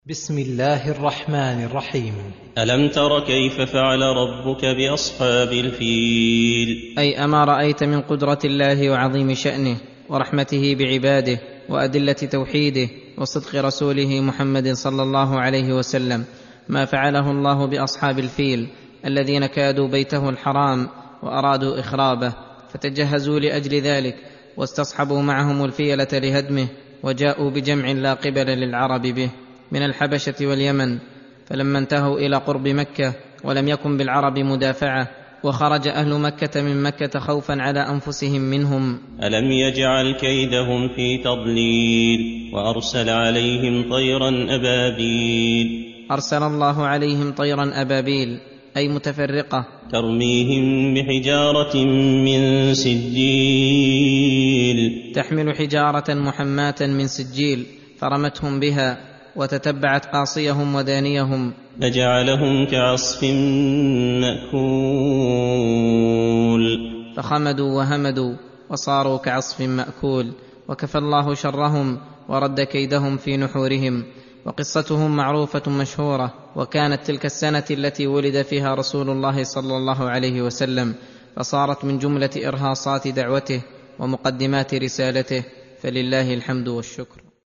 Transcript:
بسم الله الرحمن الرحيم. ألم تر كيف فعل ربك بأصحاب الفيل؟ أي أما رأيت من قدرة الله وعظيم شأنه ورحمته بعباده وأدلة توحيده وصدق رسوله محمد صلى الله عليه وسلم ما فعله الله بأصحاب الفيل الذين كادوا بيته الحرام وأرادوا إخرابه، فتجهزوا لأجل ذلك واستصحبوا معهم الفيلة لهدمه، وجاءوا بجمع لا قبل للعرب به من الحبشة واليمن، فلما انتهوا إلى قرب مكة ولم يكن بالعرب مدافعة، وخرج أهل مكة من مكة خوفا على أنفسهم منهم. ألم يجعل كيدهم في تضليل وأرسل عليهم طيرا أبابيل؟ أرسل الله عليهم طيرا أبابيل أي متفرقة ترميهم بحجارة من سجيل، تحمل حجارة محماة من سجيل، فرمتهم بها وتتبعت قاصيهم ودانيهم، فجعلهم كعصف مأكول، فخمدوا وهمدوا وصاروا كعصف مأكول، وكفى الله شرهم ورد كيدهم في نحورهم. وقصتهم معروفة مشهورة، وكانت تلك السنة التي ولد فيها رسول الله صلى الله عليه وسلم، فصارت من جملة إرهاصات دعوته ومقدمات رسالته، فلله الحمد والشكر.